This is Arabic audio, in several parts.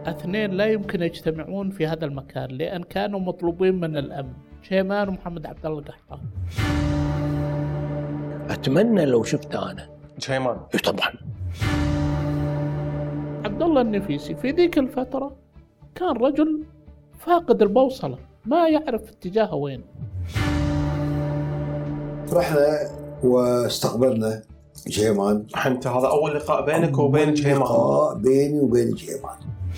اثنين لا يمكن يجتمعون في هذا المكان لأن كانوا مطلوبين من الأمن، شيمان ومحمد عبد الله القحطاني. أتمنى لو شفت أنا شيمان. طبعا. عبد الله النفيسي في ذيك الفترة كان رجل فاقد البوصلة، ما يعرف اتجاهه وين. رحنا واستقبلنا شيمان. أنت هذا أول لقاء بينك وبين شيمان؟ لقاء بيني وبين شيمان.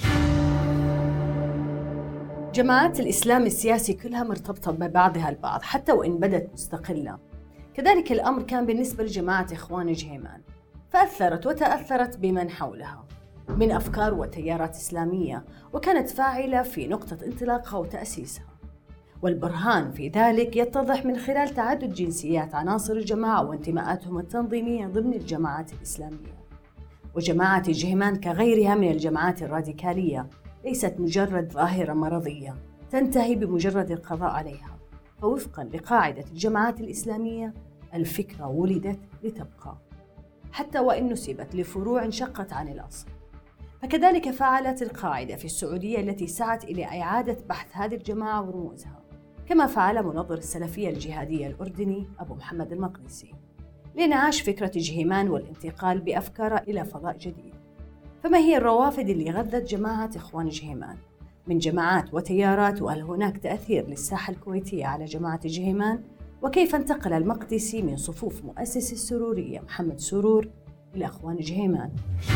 جماعات الإسلام السياسي كلها مرتبطة ببعضها البعض حتى وإن بدت مستقلة. كذلك الأمر كان بالنسبة لجماعة إخوان جهيمان، فأثرت وتأثرت بمن حولها من أفكار وتيارات إسلامية، وكانت فاعلة في نقطة انطلاقها وتأسيسها. والبرهان في ذلك يتضح من خلال تعدد جنسيات عناصر الجماعة وانتماءاتهم التنظيمية ضمن الجماعات الإسلامية. وجماعة جهيمان كغيرها من الجماعات الراديكالية ليست مجرد ظاهرة مرضية تنتهي بمجرد القضاء عليها، فوفقاً لقاعدة الجماعات الإسلامية الفكرة ولدت لتبقى حتى وإن نسبت لفروع انشقت عن الأصل. فكذلك فعلت القاعدة في السعودية التي سعت إلى إعادة بحث هذه الجماعة ورموزها، كما فعل منظر السلفية الجهادية الأردني أبو محمد المقدسي لإنعاش فكرة جهيمان والانتقال بأفكار إلى فضاء جديد. فما هي الروافد اللي غذت جماعة إخوان جهيمان من جماعات وتيارات، وهل هناك تأثير للساحة الكويتية على جماعة جهيمان؟ وكيف انتقل المقدسي من صفوف مؤسس السرورية محمد سرور إلى إخوان جهيمان؟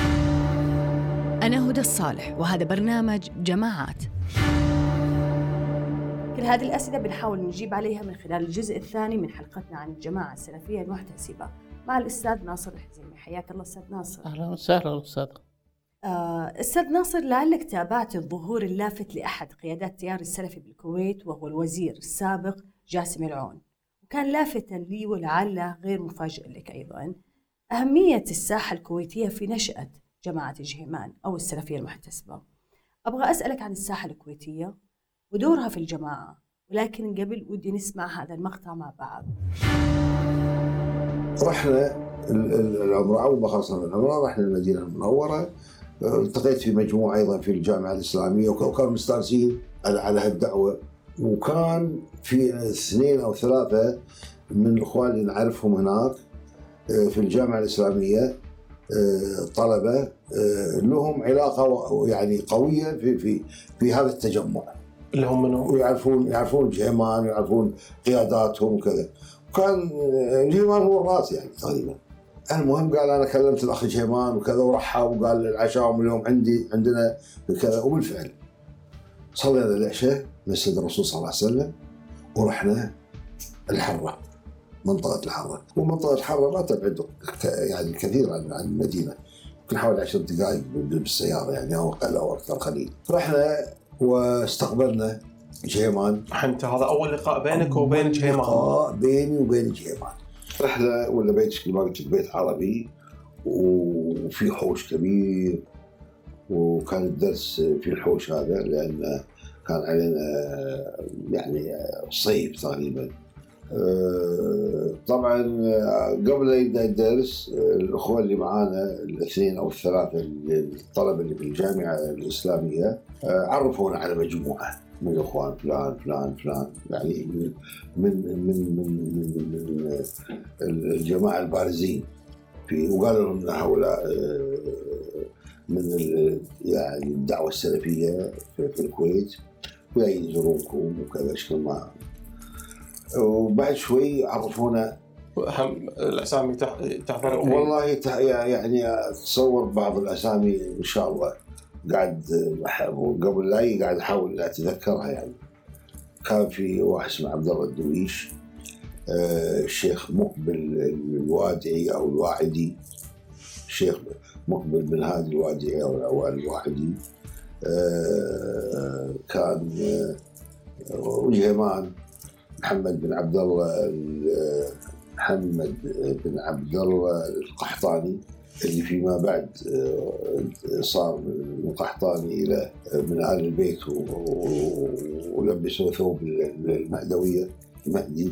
أنا هدى الصالح وهذا برنامج جماعات. كل هذه الأسئلة بنحاول نجيب عليها من خلال الجزء الثاني من حلقتنا عن الجماعة السلفية المحتسبة مع الأستاذ ناصر الحزيمي. حياك الله أستاذ ناصر. أهلا وسهلا أستاذ. أستاذ ناصر، لعلك تابعت الظهور اللافت لأحد قيادات التيار السلفي بالكويت وهو الوزير السابق جاسم العون، وكان لافتا لي ولعله غير مفاجئ لك أيضا أهمية الساحة الكويتية في نشأة جماعة جهيمان أو السلفية المحتسبة. أبغى أسألك عن الساحة الكويتية ودورها في الجماعة، ولكن قبل ودي نسمع هذا المقطع مع بعض. رحنا العمرة، أول ما خلصنا من العمرة رحنا المدينة المنورة، التقيت في مجموعة أيضا في الجامعة الإسلامية وكانوا مستانسين على هالدعوة. وكان في 2 أو 3 من الإخوان اللي نعرفهم هناك في الجامعة الإسلامية، طلبة لهم علاقة يعني قوية في هذا التجمع، اللي هم منهم ويعرفون جهيمان ويعرفون قياداتهم وكذا. وكان جهيمان هو الرأس يعني تقريبا. المهم قال أنا كلمت الأخ جهيمان وكذا ورحب وقال العشاء اليوم عندنا كذا، وبالفعل صلينا العشاء مسجد الرسول صلى الله عليه وسلم ورحنا الحرة، منطقة الحرة. ومنطقة الحرة لا تبعد يعني كثير عن المدينة، يمكن حوالي 10 دقائق بالسيارة يعني أو أقل أو أكثر قليل. رحنا واستقبلنا جهيمان. أنت هذا أول لقاء بينك وبين جهيمان؟ لقاء بيني وبين جهيمان. رحلة ولا بيت بيت عربي وفي حوش كبير، وكان الدرس في الحوش هذا لأن كان علينا يعني صيف تقريبا. طبعا قبل لا يبدأ الدرس الأخوة اللي معانا 2 أو 3 الطلبة اللي في الجامعة الإسلامية عرفونا على مجموعة من الأخوان فلان يعني من الجماعة البارزين وقالوا لهم أن هؤلاء من يعني الدعوة السلفية في الكويت وجايين يزورونكم وكذا شكل ما. وبعد شوي عرفونا أهم الأسامي تحضر. والله يعني أتصور بعض الأسامي إن شاء الله قاعد قبل لا قاعد أحاول أتذكرها. يعني كان في واحد اسمه عبد الله الدويش، الشيخ مقبل الوادعي أو الواعدي، الشيخ مقبل بن هادي الوادعي أو الواعدي، كان وجهيمان محمد بن عبد الله القحطاني اللي فيما بعد صار من القحطاني إلى من آل البيت ولبسوا ثوب المهدوية المهدي.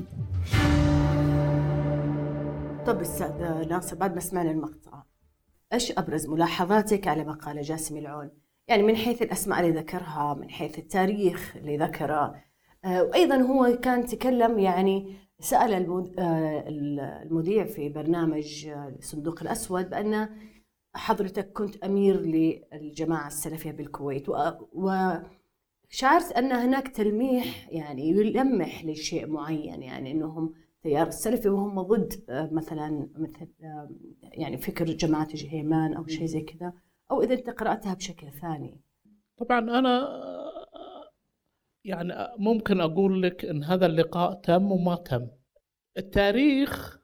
طب أستاذ ناصر، بعد ما سمعنا المقطع، إيش أبرز ملاحظاتك على مقالة جاسم العون يعني من حيث الأسماء اللي ذكرها، من حيث التاريخ اللي ذكره، وأيضا هو كان تكلم، يعني سأل المذيع في برنامج الصندوق الأسود بأن حضرتك كنت أمير للجماعة السلفية بالكويت، وشعرت أن هناك تلميح يعني يلمح لشيء معين، يعني أنهم تيار السلفي وهم ضد مثل يعني فكر جماعة جهيمان أو شيء زي كذا، أو إذا أنت قرأتها بشكل ثاني. طبعا أنا يعني ممكن أقول لك إن هذا اللقاء تم وما تم. التاريخ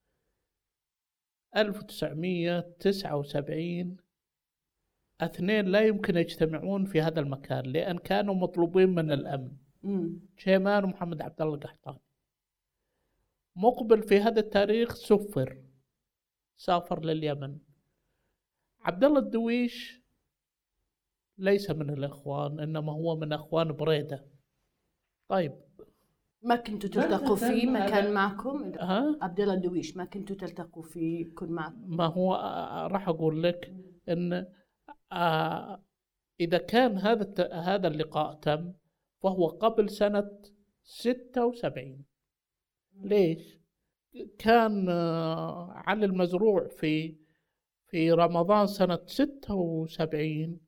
1979 اثنين لا يمكن يجتمعون في هذا المكان لأن كانوا مطلوبين من الأمن، جهيمان ومحمد عبد الله القحطاني. مقبل في هذا التاريخ سافر لليمن. عبد الله الدويش ليس من الإخوان، إنما هو من أخوان بريدة. طيب ما كنتوا تلتقوا فيه؟ ما كان معكم عبد الله الدويش؟ ما كنتوا تلتقوا فيه؟ يكون معكم؟ ما هو راح أقول لك إن إذا كان هذا اللقاء تم فهو قبل سنة 76. ليش؟ كان علي المزروع في رمضان سنة 76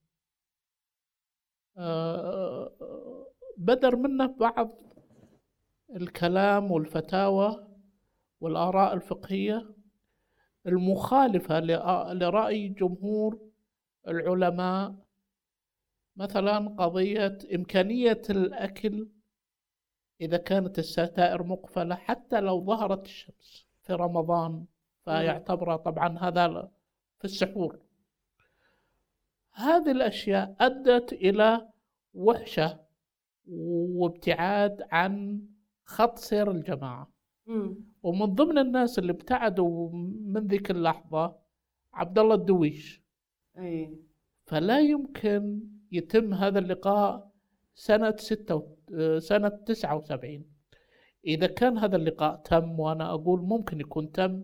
بدر منه بعض الكلام والفتاوى والآراء الفقهية المخالفة لرأي جمهور العلماء، مثلا قضية إمكانية الأكل إذا كانت الستائر مقفلة حتى لو ظهرت الشمس في رمضان، فيعتبر طبعا هذا في السحور. هذه الأشياء أدت إلى وحشة وابتعاد عن خط سير الجماعة. ومن ضمن الناس اللي ابتعدوا من ذيك اللحظة عبد الله الدويش. فلا يمكن يتم هذا اللقاء سنة 79. إذا كان هذا اللقاء تم، وأنا أقول ممكن يكون تم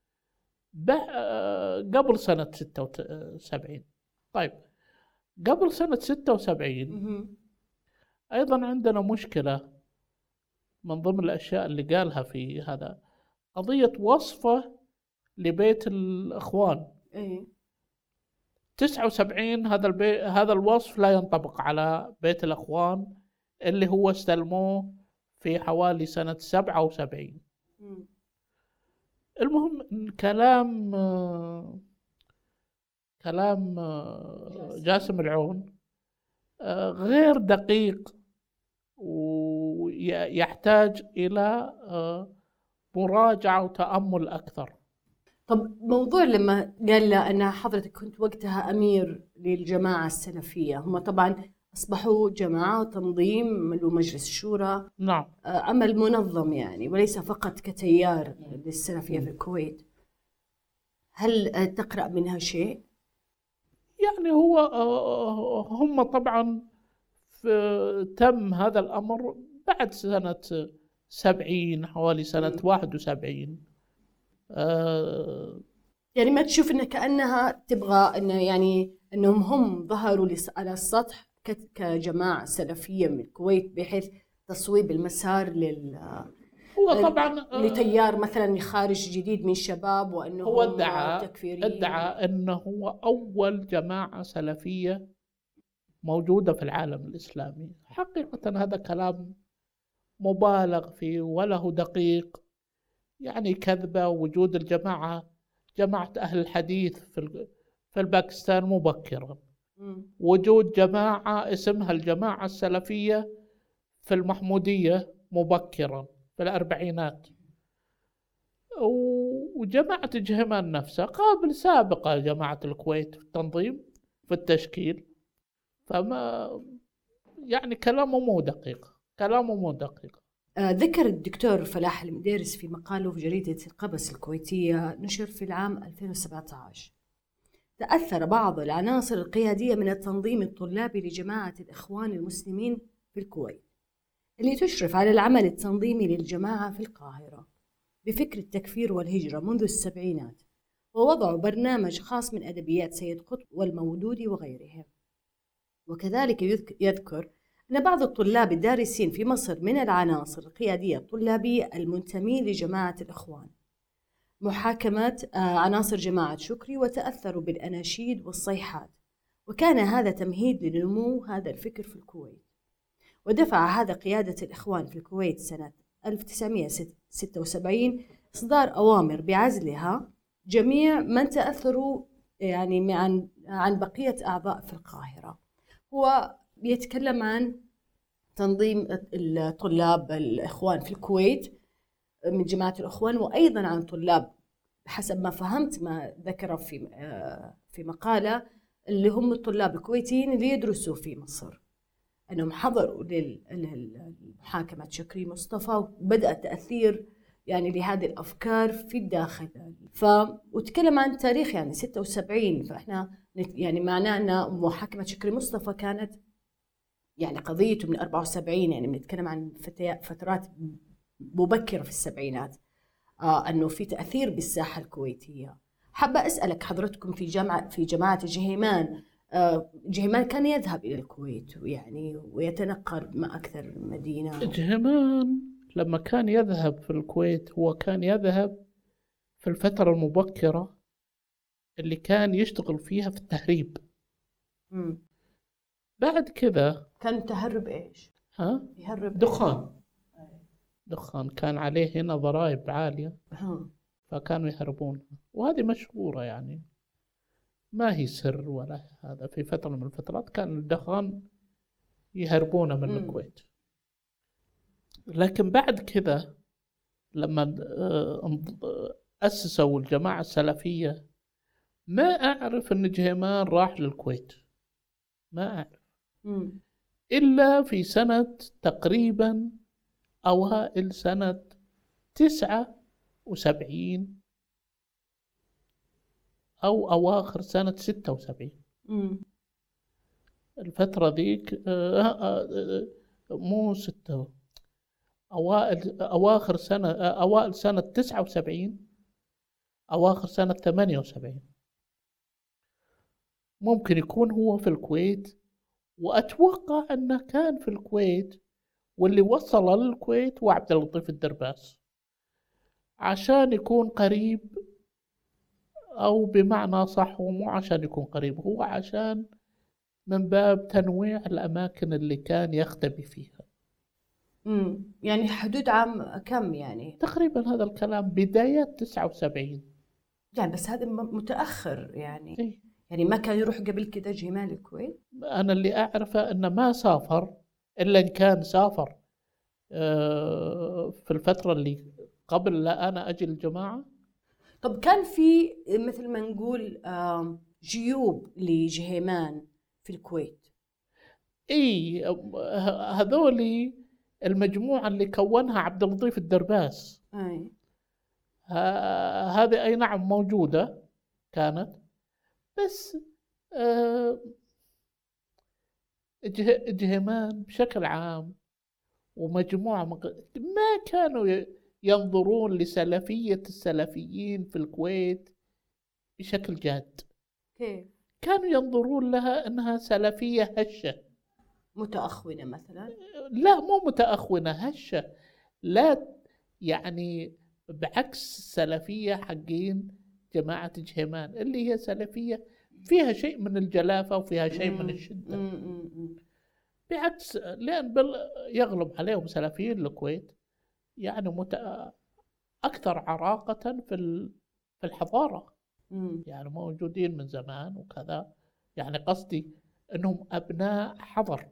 قبل سنة 76. طيب قبل سنة 76 أيضا عندنا مشكلة من ضمن الأشياء اللي قالها في هذا قضية وصفه لبيت الإخوان. 79 هذا الوصف لا ينطبق على بيت الإخوان اللي هو استلموه في حوالي سنة 77. المهم كلام جاسم العون غير دقيق ويحتاج إلى مراجعة وتأمل أكثر. طب موضوع لما قال له أن حضرتك كنت وقتها أمير للجماعة السلفية، هم طبعا أصبحوا جماعة وتنظيم ومجلس الشورى، نعم، عمل منظم يعني وليس فقط كتيار للسلفية في الكويت. هل تقرأ منها شيء؟ يعني هم طبعا تم هذا الأمر بعد سنة 70، حوالي سنة 71. يعني ما تشوف إن كأنها تبغى إنهم هم ظهروا على السطح كجماعة سلفية من الكويت بحيث تصويب المسار هو طبعا لتيار مثلا خارج جديد من الشباب، وأنه هو ادعى أنه هو أول جماعة سلفية موجودة في العالم الإسلامي. حقيقة هذا كلام مبالغ فيه وله دقيق، يعني كذبة. وجود جماعة أهل الحديث في الباكستان مبكرا، وجود جماعة اسمها الجماعة السلفية في المحمودية مبكرا في الأربعينات، وجماعة جهيمان نفسها قبل سابقة جماعة الكويت في التنظيم في التشكيل. فما يعني كلامه مو دقيق. ذكر الدكتور فلاح المديرس في مقاله في جريدة القبس الكويتية نشر في العام 2017: تأثر بعض العناصر القيادية من التنظيم الطلابي لجماعة الإخوان المسلمين في الكويت اللي تشرف على العمل التنظيمي للجماعة في القاهرة بفكر التكفير والهجرة منذ السبعينات، ووضعوا برنامج خاص من أدبيات سيد قطب والمودودي وغيرهم. وكذلك يذكر أن بعض الطلاب الدارسين في مصر من العناصر القيادية الطلابية المنتمي لجماعة الإخوان محاكمة عناصر جماعة شكري وتأثروا بالأناشيد والصيحات، وكان هذا تمهيد لنمو هذا الفكر في الكويت. ودفع هذا قيادة الإخوان في الكويت سنة 1976 إصدار أوامر بعزلها جميع من تأثروا يعني عن بقية أعضاء في القاهرة. هو بيتكلم عن تنظيم الطلاب الإخوان في الكويت من جماعة الإخوان، وأيضا عن طلاب حسب ما فهمت ما ذكره في مقالة اللي هم الطلاب الكويتيين اللي يدرسوا في مصر، أنهم حضروا لمحاكمة شكري مصطفى، وبدأ تأثير يعني لهذه الأفكار في الداخل. وتكلم عن تاريخ يعني 76، فإحنا يعني معناه أن محاكمة شكري مصطفى كانت يعني قضيته من 74، يعني بنتكلم عن فترات مبكرة في السبعينات، أنه في تأثير بالساحة الكويتية. حابة أسألك حضرتكم في جماعة الجهيمان، جهيمان كان يذهب إلى الكويت ويعني ويتنقل مع أكثر مدينة. جهيمان لما كان يذهب في الكويت هو كان يذهب في الفترة المبكرة اللي كان يشتغل فيها في التهريب. بعد كذا كان تهرب إيش؟ يهرب دخان كان عليه هنا ضرائب عالية، فكانوا يهربون، وهذه مشهورة يعني ما هي سر ولا هذا. في فترة من الفترات كان الدخان يهربونه من الكويت. لكن بعد كذا لما أسسوا الجماعة السلفية ما أعرف أن جهيمان راح للكويت، ما أعرف إلا في سنة تقريبا أوائل سنة 79 أو أواخر سنة 76. الفترة ذيك مو 6، أواخر سنة، أوائل سنة 79 أواخر سنة 78 ممكن يكون هو في الكويت. وأتوقع أنه كان في الكويت، واللي وصل للكويت هو عبد اللطيف الدرباس عشان يكون قريب، أو بمعنى صح هو مو عشان يكون قريب، هو عشان من باب تنويع الأماكن اللي كان يختبي فيها. يعني حدود عام كم يعني؟ تقريبا هذا الكلام بداية 79 يعني، بس هذا متأخر يعني. إيه؟ يعني ما كان يروح قبل كده جهيمان الكويت؟ أنا اللي أعرفه أنه ما سافر، إلا إن كان سافر في الفترة اللي قبل لا أنا أجي الجماعة. طب كان في مثل ما نقول جيوب لجهيمان في الكويت؟ إيه، هذولي المجموعة اللي كونها عبد اللطيف الدرباس. هذه أي نعم موجودة كانت، بس جهيمان بشكل عام ومجموعة ما كانوا ينظرون لسلفية السلفيين في الكويت بشكل جاد. كيف؟ كانوا ينظرون لها أنها سلفية هشة متأخونة مثلا؟ لا، مو متأخونة، هشة. لا يعني بعكس السلفية حقين جماعة جهيمان اللي هي سلفية فيها شيء من الجلافة وفيها شيء من الشدة. بعكس، لأن يغلب عليهم سلفيين الكويت يعني أكثر عراقة في الحضارة. يعني موجودين من زمان وكذا، يعني قصدي أنهم أبناء حضر.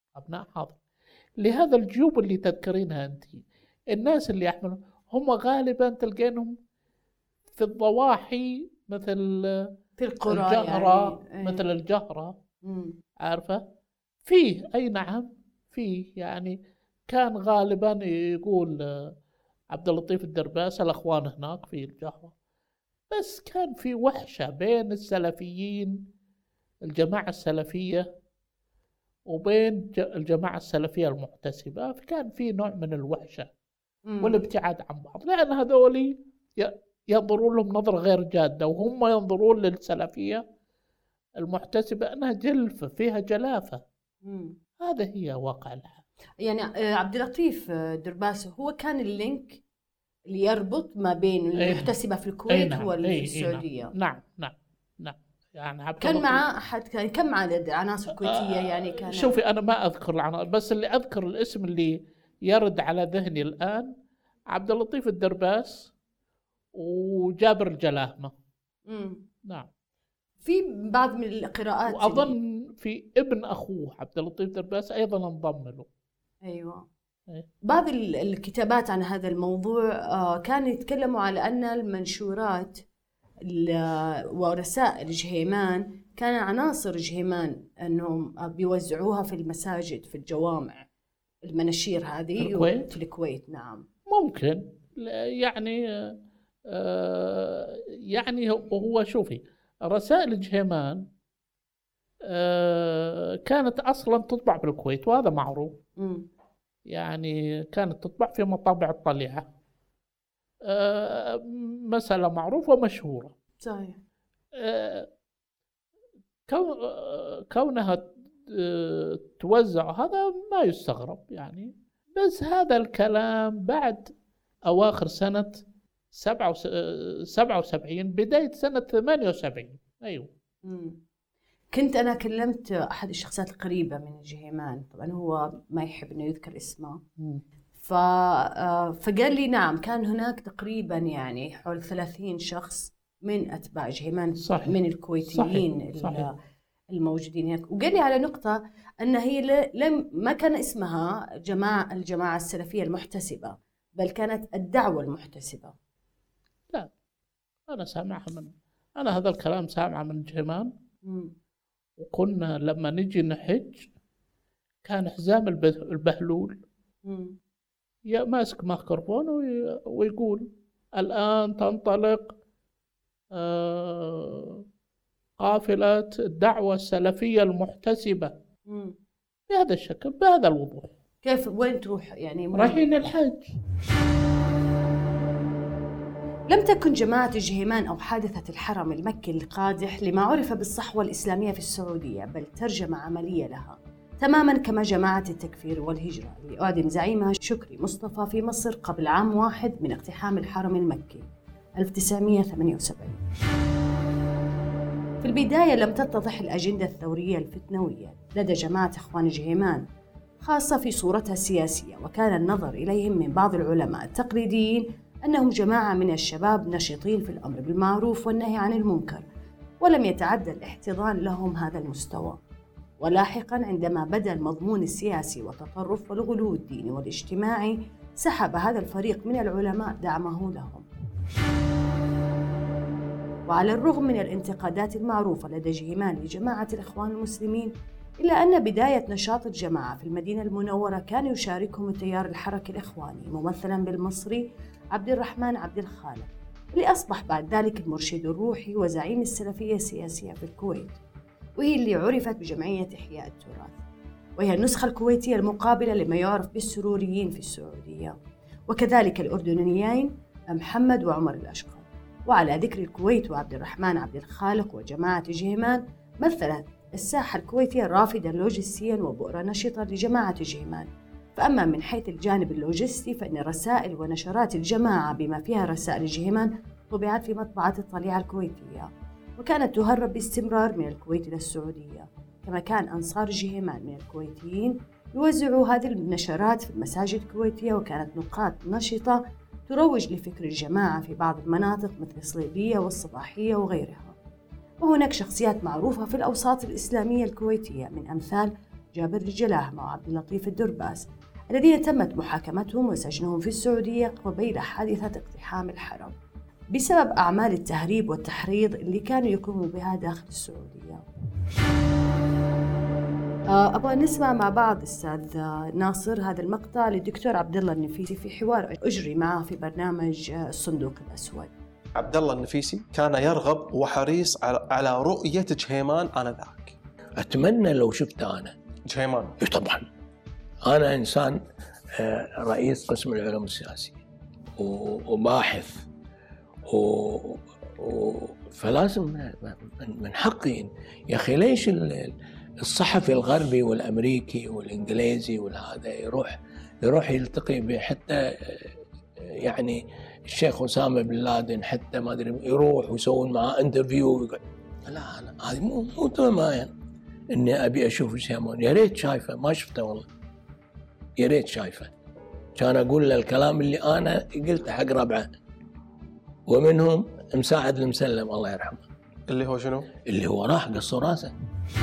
لهذا الجيوب اللي تذكرينها أنت، الناس اللي يحملون هم غالبا تلقينهم في الضواحي مثل في القرى الجهرة يعني. مثل الجهرة، عارفة؟ فيه أي نعم فيه، يعني كان غالبا يقول عبد اللطيف الدرباس الأخوان هناك في الجهرة، بس كان في وحشة بين السلفيين، الجماعة السلفية، وبين الجماعة السلفية المحتسبة، فكان في نوع من الوحشة والابتعاد عن بعض، لأن هذولي ينظرون لهم نظرة غير جادة، وهم ينظرون للسلفية المحتسبة أنها جلفة فيها جلافة. هذا هي واقع الحال. يعني عبد اللطيف درباس هو كان اللينك اللي يربط ما بين المحتسبة في الكويت واللي في السعودية. نعم. يعني كان مع أحد، كان مع عناصر كويتية يعني كان. شوفي أنا ما أذكر العناصر، بس اللي أذكر الاسم اللي يرد على ذهني الآن عبد اللطيف الدرباس وجابر الجلاهمة. نعم. في بعض من القراءات وأظن في ابن أخوه عبد اللطيف الدرباس أيضا انضم له. أيوة. بعض الكتابات عن هذا الموضوع كانوا يتكلموا على أن المنشورات ورسائل جهيمان كان عناصر جهيمان أنهم بيوزعوها في المساجد في الجوامع، المناشير هذه في الكويت. نعم ممكن يعني هو شوفي رسائل جهيمان كانت أصلا تطبع بالكويت وهذا معروف. يعني كانت تطبع في مطابع الطليعة، مسألة معروفة ومشهورة. صحيح. كونها توزع هذا ما يستغرب يعني. بس هذا الكلام بعد أواخر سنة 77 بداية سنة 78. أيوه. كنت أنا كلمت أحد الشخصيات القريبة من جهيمان، طبعا هو ما يحب إنه يذكر اسمه. فقال لي نعم كان هناك تقريبا يعني حول 30 شخص من أتباع جهيمان. صحيح. من الكويتيين. صحيح. الموجودين هناك. وقال لي على نقطة أن هي ما كان اسمها الجماعة السلفية المحتسبة، بل كانت الدعوة المحتسبة. لا أنا سامعها أنا هذا الكلام سامعه من جهيمان. وكنا لما نجي نحج كان حزام البهلول ماسك ميكروفون ويقول الآن تنطلق قافلة الدعوة السلفية المحتسبة بهذا الشكل بهذا الوضوح. كيف وين تروح يعني؟ رايحين الحج. لم تكن جماعة جهيمان أو حادثة الحرم المكي القادح لما عرف بالصحوة الإسلامية في السعودية، بل ترجمة عملية لها تماماً كما جماعة التكفير والهجرة اللي أعدم زعيمها شكري مصطفى في مصر قبل عام واحد من اقتحام الحرم المكي 1978. في البداية لم تتضح الأجندة الثورية الفتنوية لدى جماعة إخوان جهيمان، خاصة في صورتها السياسية، وكان النظر إليهم من بعض العلماء التقليديين أنهم جماعة من الشباب نشيطين في الأمر بالمعروف والنهي عن المنكر، ولم يتعدى الاحتضان لهم هذا المستوى. ولاحقاً عندما بدأ المضمون السياسي والتطرف والغلو الديني والاجتماعي سحب هذا الفريق من العلماء دعمه لهم. وعلى الرغم من الانتقادات المعروفة لدى جهيمان لجماعة الإخوان المسلمين، إلا أن بداية نشاط الجماعة في المدينة المنورة كان يشاركهم التيار الحركي الإخواني ممثلاً بالمصري عبد الرحمن عبد الخالق، اللي أصبح بعد ذلك المرشد الروحي وزعيم السلفية السياسية في الكويت، وهي اللي عرفت بجمعية إحياء التراث، وهي النسخة الكويتية المقابلة لما يعرف بالسروريين في السعودية، وكذلك الأردنيين محمد وعمر الأشقر. وعلى ذكر الكويت وعبد الرحمن عبد الخالق وجماعة جهيمان، مثلت الساحة الكويتية رافدا لوجستيا وبؤرة نشطة لجماعة جهيمان. فأما من حيث الجانب اللوجستي فإن رسائل ونشرات الجماعة بما فيها رسائل جهيمان طبعت في مطبعة الطليعة الكويتية، وكانت تهرب باستمرار من الكويت إلى السعودية، كما كان أنصار جهيمان من الكويتيين يوزعوا هذه النشرات في المساجد الكويتية، وكانت نقاط نشطة تروج لفكر الجماعة في بعض المناطق مثل الصليبية والصباحية وغيرها. وهناك شخصيات معروفة في الأوساط الإسلامية الكويتية من أمثال جابر الجلاهمة وعبد اللطيف الدرباس الذين تمت محاكمتهم وسجنهم في السعودية قبيل حادثة اقتحام الحرم بسبب أعمال التهريب والتحريض اللي كانوا يقوموا بها داخل السعودية. أبغى نسمع مع بعض أستاذ ناصر هذا المقطع للدكتور عبد الله النفيسي في حوار أجري معه في برنامج الصندوق الأسود. عبد الله النفيسي كان يرغب وحريص على رؤية جهيمان آنذاك. أتمنى لو شفت أنا جهيمان. طبعا أنا إنسان رئيس قسم العلوم السياسية وباحث فلازم من حقي يا أخي ليش الصحفي الغربي والأمريكي والإنجليزي والهذا يروح يلتقي حتى يعني الشيخ أسامة بن لادن، حتى ما أدري يروح ويسوون معاه انترفيو. لا هذه مو تمام إني أبي أشوف الشيمون. يا ريت شايفه، ما شفته والله، يا ريت شايفه كان أقول له الكلام اللي أنا قلته حق ربعه، ومنهم مساعد المسلم الله يرحمه. اللي هو شنو؟ اللي هو راح قصوا راسه.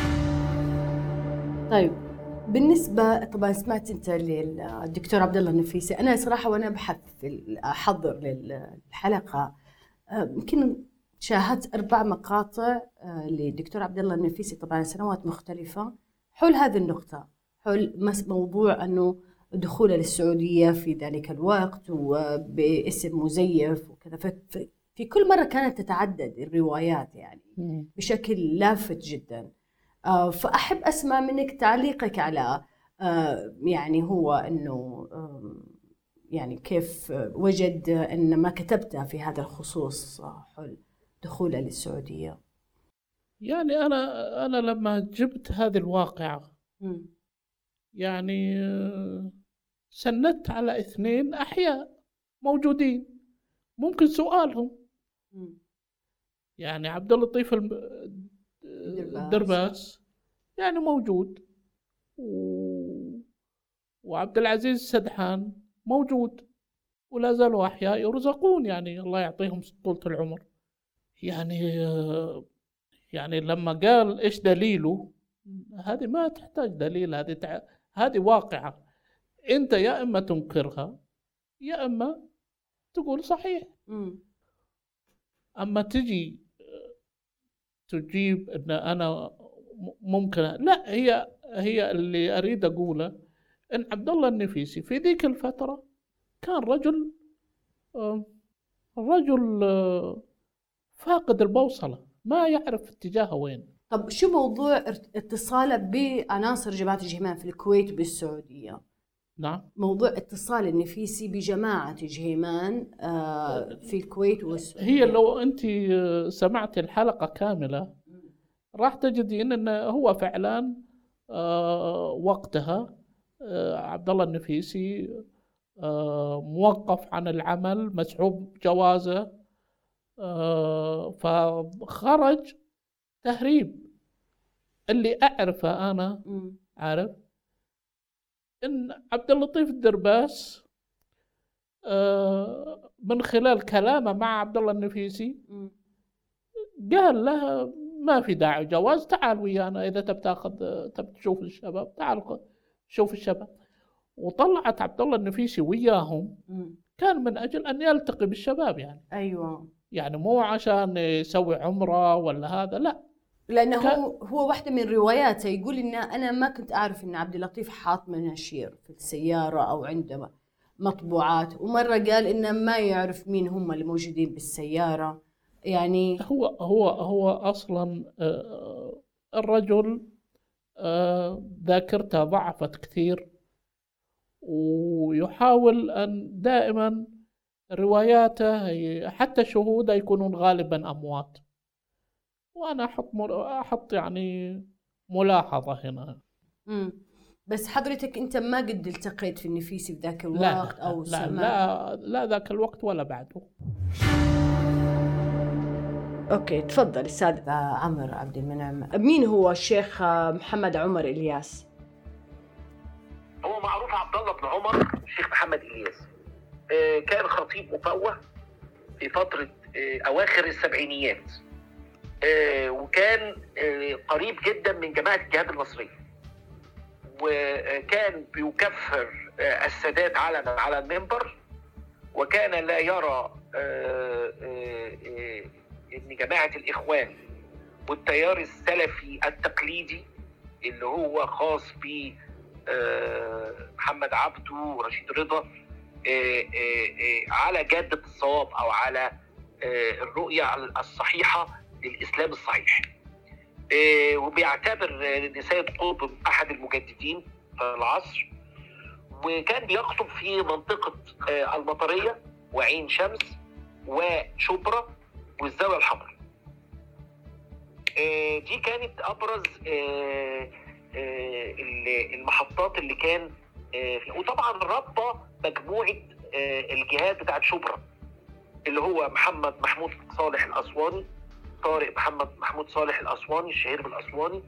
طيب بالنسبة طبعا سمعت أنت للدكتور عبد الله النفيسي. أنا صراحة وأنا بحث أحضر للحلقة يمكن شاهدت 4 مقاطع للدكتور عبد الله النفيسي طبعا سنوات مختلفة حول هذه النقطة، حول موضوع أنه دخوله للسعودية في ذلك الوقت وباسم مزيف وكذا. في كل مرة كانت تتعدد الروايات يعني بشكل لافت جدا. فأحب أسمع منك تعليقك على يعني هو أنه يعني كيف وجد أن ما كتبته في هذا الخصوص حول دخوله للسعودية. يعني أنا لما جبت هذه الواقعة يعني سندت على 2 أحياء موجودين ممكن سؤالهم. يعني عبد اللطيف الدرباس يعني موجود، وعبد العزيز السدحان موجود، ولا زالوا أحياء يرزقون يعني الله يعطيهم طولة العمر. يعني لما قال إيش دليله، هذه ما تحتاج دليل، هذه واقعة أنت يا إما تنكرها يا إما تقول صحيح. أما تجي تجيب أن أنا ممكن، لا، هي اللي أريد أقوله أن عبد الله النفيسي في ذيك الفترة كان رجل فاقد البوصلة، ما يعرف اتجاهه وين. طب شو موضوع اتصاله بعناصر جماعة جهيمان في الكويت وبالسعودية؟ نعم، موضوع اتصال النفيسي بجماعة جهيمان في الكويت والسعودية. هي لو أنت سمعت الحلقة كاملة راح تجدين أنه هو فعلا وقتها عبد الله النفيسي موقف عن العمل، مسحوب جوازه، فخرج تهريب. اللي أعرفه أنا عارف إن عبد اللطيف الدرباس من خلال كلامه مع عبد الله النفيسي قال له ما في داعي جواز، تعال ويانا إذا تبي تشوف الشباب، تعال شوف الشباب. وطلعت عبد الله النفيسي وياهم كان من أجل أن يلتقي بالشباب يعني. أيوة، يعني مو عشان يسوي عمرة ولا هذا، لا، لأنه هو واحدة من رواياته يقول إن أنا ما كنت أعرف إن عبد اللطيف حاط مناشير في السيارة أو عنده مطبوعات، ومرة قال إنه ما يعرف مين هم اللي موجودين بالسيارة. يعني هو أصلا الرجل ذاكرته ضعفت كثير، ويحاول أن دائما رواياته حتى شهوده يكونون غالبا أموات. وأنا أحط يعني ملاحظة هنا. بس حضرتك أنت ما قد التقيت في النفيسي في ذاك الوقت؟ لا أو لا ذاك الوقت ولا بعده. أوكي، تفضل أستاذ عمر عبد المنعم. مين هو الشيخ محمد عمر إلياس؟ هو معروف عبد الله بن عمر الشيخ محمد إلياس. كان خطيب مفوه في فترة أواخر السبعينيات، وكان قريب جدا من جماعة الجهاد المصرية، وكان بيكفر السادات علنا على المنبر، وكان لا يرى ان جماعة الإخوان والتيار السلفي التقليدي اللي هو خاص ب محمد عبده ورشيد رضا على جادة الصواب أو على الرؤية الصحيحة للإسلام الصحيح. وبيعتبر سيد قطب أحد المجددين في العصر، وكان بيخطب في منطقة المطرية وعين شمس وشبرا والزاوية الحمراء. دي كانت أبرز المحطات اللي كان وطبعا ربى مجموعة الجهات بتاعت شبرا، اللي هو محمد محمود صالح الأسواني، طارق محمد محمود صالح الأسواني الشهير بالأسواني،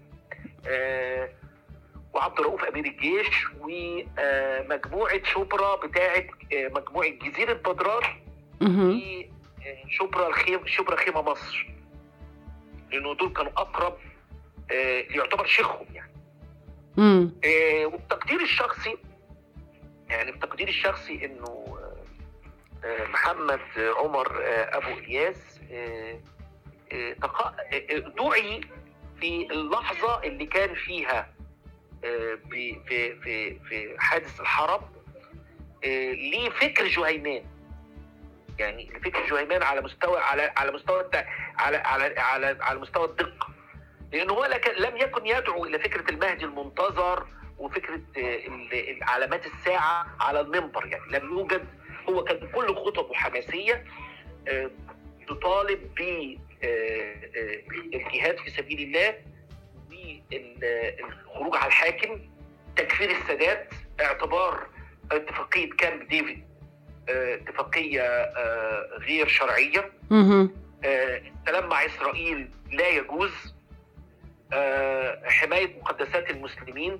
وعبد الرؤوف أمير الجيش، ومجموعة شبرا بتاعت مجموعة جزيرة بدران في شبرا خيمة مصر، لأنه دول كانوا أقرب يعتبر شيخهم يعني. وبتقديري الشخصي إنه محمد عمر أبو إلياس دعي في اللحظة اللي كان فيها في حادث الحرب لفكر جهيمان، يعني لفكر جهيمان على مستوى الدقة، لأنه هو لم يكن يدعو إلى فكرة المهدي المنتظر وفكرة علامات الساعة على المنبر، يعني لم يوجد. هو كان كل خطبه حماسية تطالب بالجهاد في سبيل الله، والخروج على الحاكم، تكفير السادات، اعتبار اتفاقية كامب ديفيد اتفاقية غير شرعية، السلام مع إسرائيل لا يجوز، حماية مقدسات المسلمين،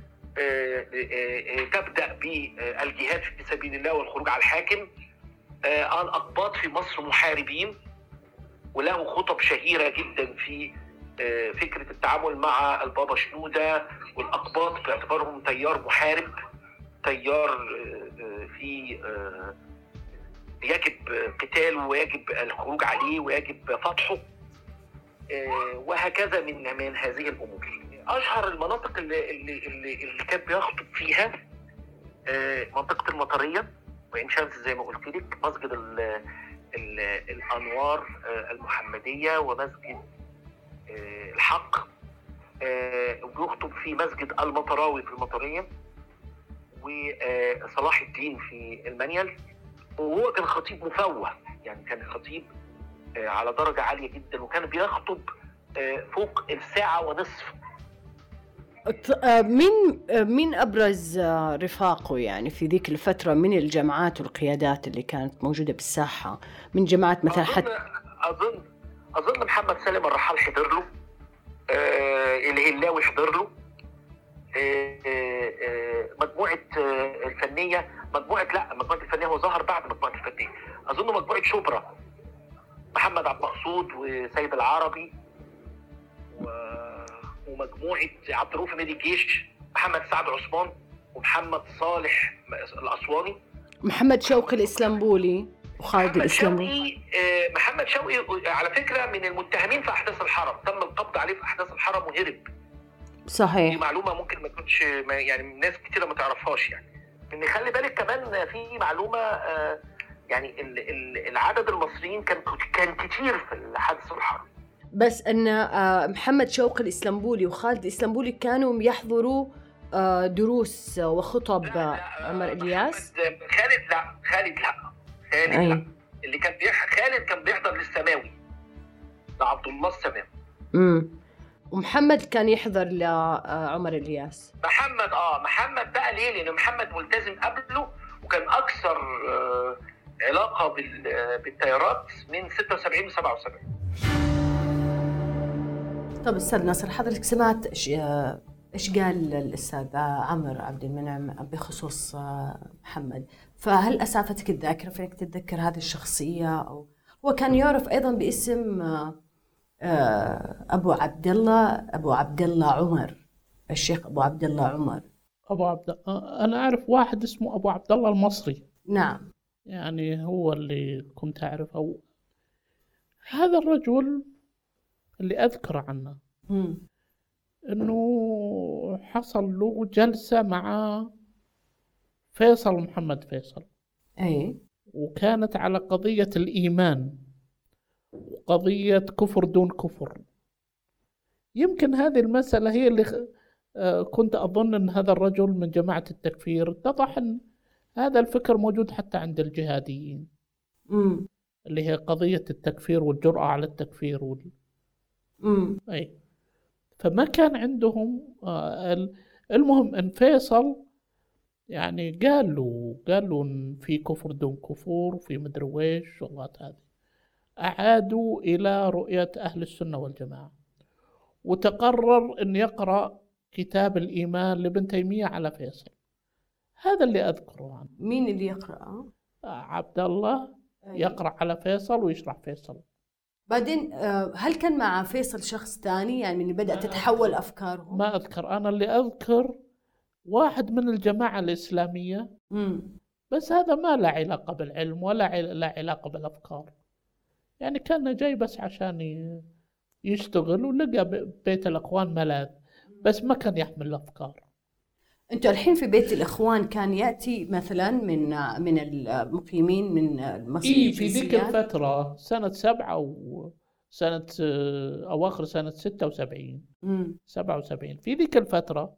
تبدأ بالجهاد في سبيل الله والخروج على الحاكم، الأقباط في مصر محاربين، وله خطب شهيرة جدا في فكرة التعامل مع البابا شنودة والأقباط باعتبارهم تيار محارب، تيار في يجب قتاله ويجب الخروج عليه ويجب فتحه، وهكذا من هذه الأمور. أشهر المناطق اللي كان بيخطب فيها منطقة المطرية وعين شمس زي ما قلت لك، مسجد الأنوار المحمدية ومسجد الحق، وبيخطب في مسجد المطراوي في المطرية وصلاح الدين في المنيل. وهو كان خطيب مفوه، يعني كان خطيب على درجة عالية جدا، وكان بيخطب فوق الساعة ونصف. مين أبرز رفاقه يعني في ذيك الفترة من الجماعات والقيادات اللي كانت موجودة بالساحة من جماعات مثلا؟ أظن محمد سالم الرحال حضر له، الهلاوي حضر له، مجموعة الفنية، مجموعة الفنية هو ظهر بعد مجموعة الفنية، أظن مجموعة شبرا، محمد عبد المقصود وسيد العربي ومجموعة عبد الرؤوف أمير الجيش، محمد سعد عثمان ومحمد صالح الأسواني، محمد شوقي الإسلامبولي وخالد الإسلامبولي. محمد شوقي على فكرة من المتهمين في أحداث الحرم، تم القبض عليه في أحداث الحرم وهرب. صحيح. دي معلومة ممكن ما تكونش يعني ناس كتيرة ما تعرفهاش، يعني إن خلي بالك كمان في معلومة يعني العدد المصريين كان كتير في حادث الحرم، بس أن محمد شوقي الإسلامبولي وخالد الإسلامبولي كانوا يحضروا دروس وخطب عمر إلياس. خالد لا اللي كان خالد كان بيحضر للسماوي، لعبد الله السماوي. ومحمد كان يحضر لعمر إلياس. محمد بقى ليه؟ لأن محمد ملتزم قبله وكان أكثر علاقة بالتيارات من 76 و 77. طب أستاذ ناصر، حضرتك سمعت إيش قال الأستاذ عمر عبد المنعم بخصوص محمد، فهل أسعفتك الذاكرة فيك تتذكر هذه الشخصية؟ أو هو كان يعرف أيضا باسم أبو عبد الله عمر، الشيخ أبو عبد الله عمر. أنا أعرف واحد اسمه أبو عبد الله المصري. نعم. يعني هو اللي كنت أعرفه. هذا الرجل اللي أذكر عنه إنه حصل له جلسة مع فيصل محمد فيصل، وكانت على قضية الإيمان وقضية كفر دون كفر. يمكن هذه المسألة هي اللي كنت أظن أن هذا الرجل من جماعة التكفير. اتضح أن هذا الفكر موجود حتى عند الجهاديين. اللي هي قضية التكفير والجرأة على التكفير أي. فما كان عندهم المهم أن فيصل يعني قالوا إن في كفر دون كفر وفي مدري ويش شغلات هذه. أعادوا إلى رؤية أهل السنة والجماعة، وتقرر أن يقرأ كتاب الإيمان لابن تيمية على فيصل. هذا اللي أذكره عنه. مين اللي يقرأ؟ عبد الله يقرأ على فيصل ويشرح فيصل. بعدين هل كان مع فيصل شخص ثاني يعني من اللي بدأت تتحول أفكارهم؟ ما أذكر. أنا اللي أذكر واحد من الجماعة الإسلامية. بس هذا ما له علاقة بالعلم ولا له علاقة بالأفكار، يعني كان جاي بس عشان يشتغل، ولقى بيت الأخوان ملاذ، بس ما كان يحمل الأفكار. أنتوا الحين في بيت الإخوان كان يأتي مثلا من المقيمين من المصريين في ذيك الفترة سنة 7 وسنة أواخر سنة 76 77 في ذيك الفترة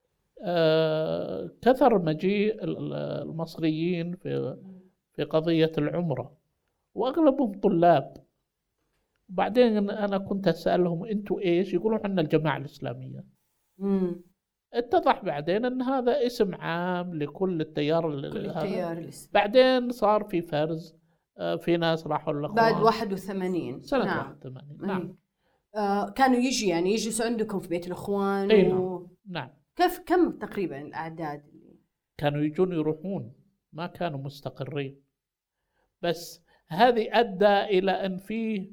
كثر مجيء المصريين في قضية العمرة، وأغلبهم طلاب. وبعدين أنا كنت أسألهم أنتوا إيش؟ يقولون عنا الجماعة الإسلامية. اتضح بعدين أن هذا اسم عام لكل التيار بعدين صار في فرز، في ناس راحوا للأخوان بعد 81 سنة. نعم. 81 نعم. كانوا يجلسوا عندكم في بيت الأخوان. نعم. كم تقريبا الأعداد اللي كانوا يجون يروحون؟ ما كانوا مستقرين. بس هذه أدى إلى أن فيه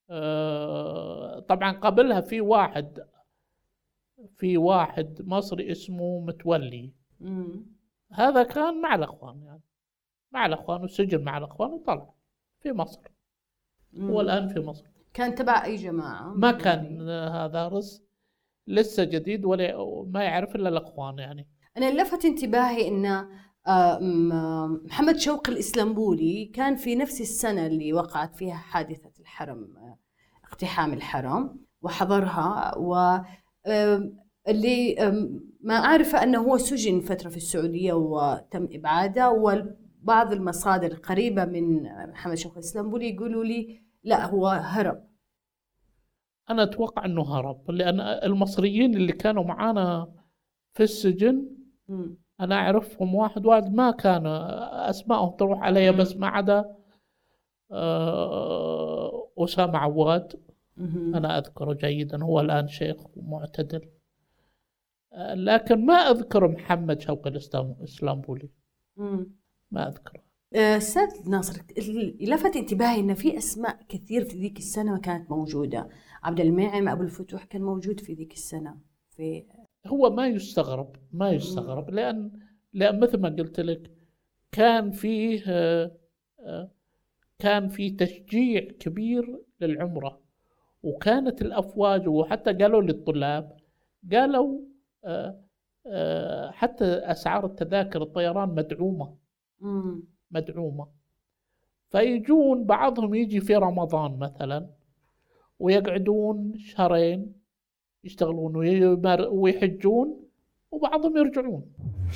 طبعا قبلها في واحد مصري اسمه متولي. هذا كان مع الأخوان، يعني مع الأخوان وسجن مع الأخوان وطلع في مصر. هو الآن في مصر. كان تبع أي جماعة؟ ما كان هذا لسه جديد ولا ما يعرف إلا الأخوان. يعني أنا لفت انتباهي إن محمد شوقي الإسلامبولي كان في نفس السنة اللي وقعت فيها حادثة الحرم، اقتحام الحرم، وحضرها، واللي ما أعرف أنه هو سجن فترة في السعودية وتم إبعاده. وبعض المصادر القريبة من محمد شوقي الإسلامبولي يقولوا لي لا هو هرب. أنا أتوقع أنه هرب، لأن المصريين اللي كانوا معانا في السجن أنا أعرفهم واحد ما كان أسمائهم تروح علي، بس ما عدا أسامة عواد. أنا أذكره جيدا، هو الآن شيخ معتدل. لكن ما أذكر محمد شوقي الإسلامبولي، ما أذكره. أستاذ ناصر، لفت انتباهي أن في أسماء كثير في ذيك السنة كانت موجودة. عبد المنعم أبو الفتوح كان موجود في ذيك السنة. هو ما يستغرب لأن مثل ما قلت لك كان فيه تشجيع كبير للعمرة، وكانت الأفواج، وحتى قالوا للطلاب، قالوا حتى أسعار التذاكر الطيران مدعومة. فيجون بعضهم يجي في رمضان مثلا ويقعدون شهرين يشتغلون ويحجون، وبعضهم يرجعون.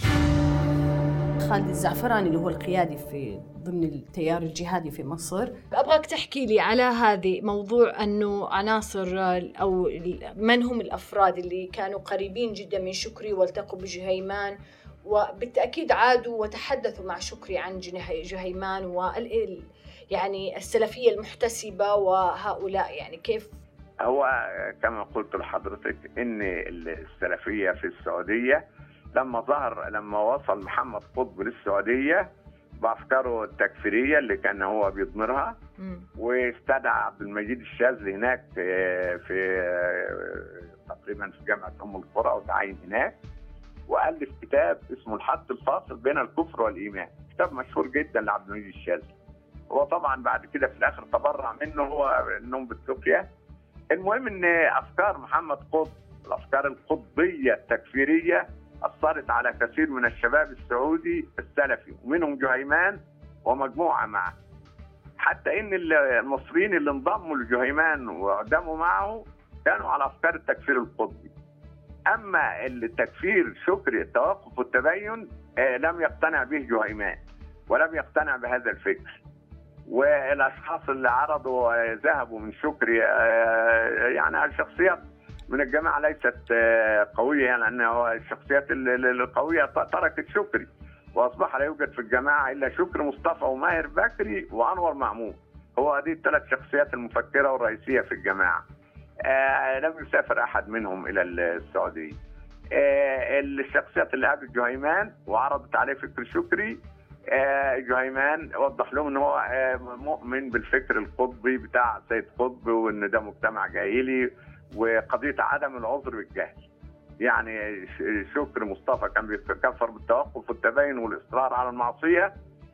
خالد الزعفراني اللي هو القيادي في ضمن التيار الجهادي في مصر، أبغاك تحكي لي على هذه موضوع أنه عناصر أو من هم الأفراد اللي كانوا قريبين جدا من شكري والتقوا بجهيمان، وبالتأكيد عادوا وتحدثوا مع شكري عن جهيمان يعني السلفية المحتسبة وهؤلاء. يعني كيف؟ هو كما قلت لحضرتك إن السلفية في السعودية لما وصل محمد قطب للسعودية بأفكاره التكفيرية اللي كان هو بيضمرها، واستدعى عبد المجيد الشاذلي هناك في تقريبا في جامعة أم القرى، وتعين هناك، وألف كتاب اسمه الحد الفاصل بين الكفر والإيمان، كتاب مشهور جدا لعبد المجيد الشاذلي. هو طبعا بعد كده في الآخر تبرع منه هو النوم بالتقية. المهم ان افكار محمد قطب، الافكار القطبيه التكفيريه، اثرت على كثير من الشباب السعودي السلفي، ومنهم جهيمان ومجموعه معه، حتى ان المصريين اللي انضموا لجهيمان واعدموا معه كانوا على افكار التكفير القطبي. اما التكفير شكري التوقف والتبين لم يقتنع به جهيمان ولم يقتنع بهذا الفكر، والاشخاص اللي عرضوا ذهبوا من شكري يعني الشخصيات من الجماعه ليست قويه، لانه الشخصيات القويه تركت شكري، واصبح لا يوجد في الجماعه الا شكري مصطفى وماهر بكري وانور معمول. هو هذه الثلاث شخصيات المفكره والرئيسيه في الجماعه. لم يسافر احد منهم الى السعوديه. الشخصيات اللي قابلت جهيمان وعرضت عليه فكر شكري، جهيمان وضح لهم ان هو مؤمن بالفكر القطبي بتاع سيد قطب، وان ده مجتمع جاهلي وقضيه عدم العذر بالجهل. يعني شكري مصطفى كان بيتكفر بالتوقف والتبين والاصرار على المعصيه،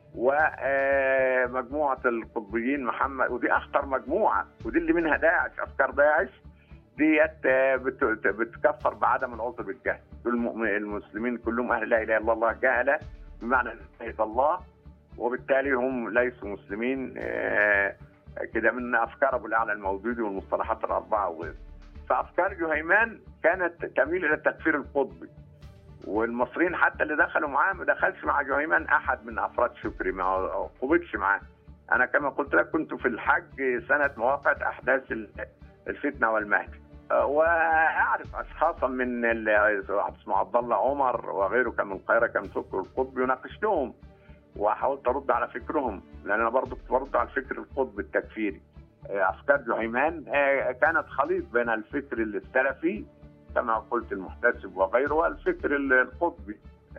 ومجموعه القطبيين محمد، ودي اخطر مجموعه، ودي اللي منها داعش، افكار داعش ديت بتكفر بعدم العذر بالجهل. المسلمين كلهم اهل لا اله الا الله جهله بمعنى لا الله، وبالتالي هم ليسوا مسلمين كده، من افكار ابو الاعلى الموجودي والمصطلحات الاربعه وغيره. فافكار جهيمان كانت تميل الى التكفير القطبي، والمصريين حتى اللي دخلوا معاه ما دخلش مع جهيمان احد من افراد شكري، ما قبلش معاه. انا كما قلت لك كنت في الحج سنه مواقعه احداث الفتنه والمهدي، واعرف اشخاصا من واحد اسمه عبد الله عمر وغيره كان من القاهره، كان فكر القطبي، وناقشتهم وحاولت ارد على فكرهم، لان انا برضه كنت برد على الفكر القطبي التكفيري. افكار جهيمان كانت خليط بين الفكر السلفي كما قلت المحتسب وغيره والفكر القطبي،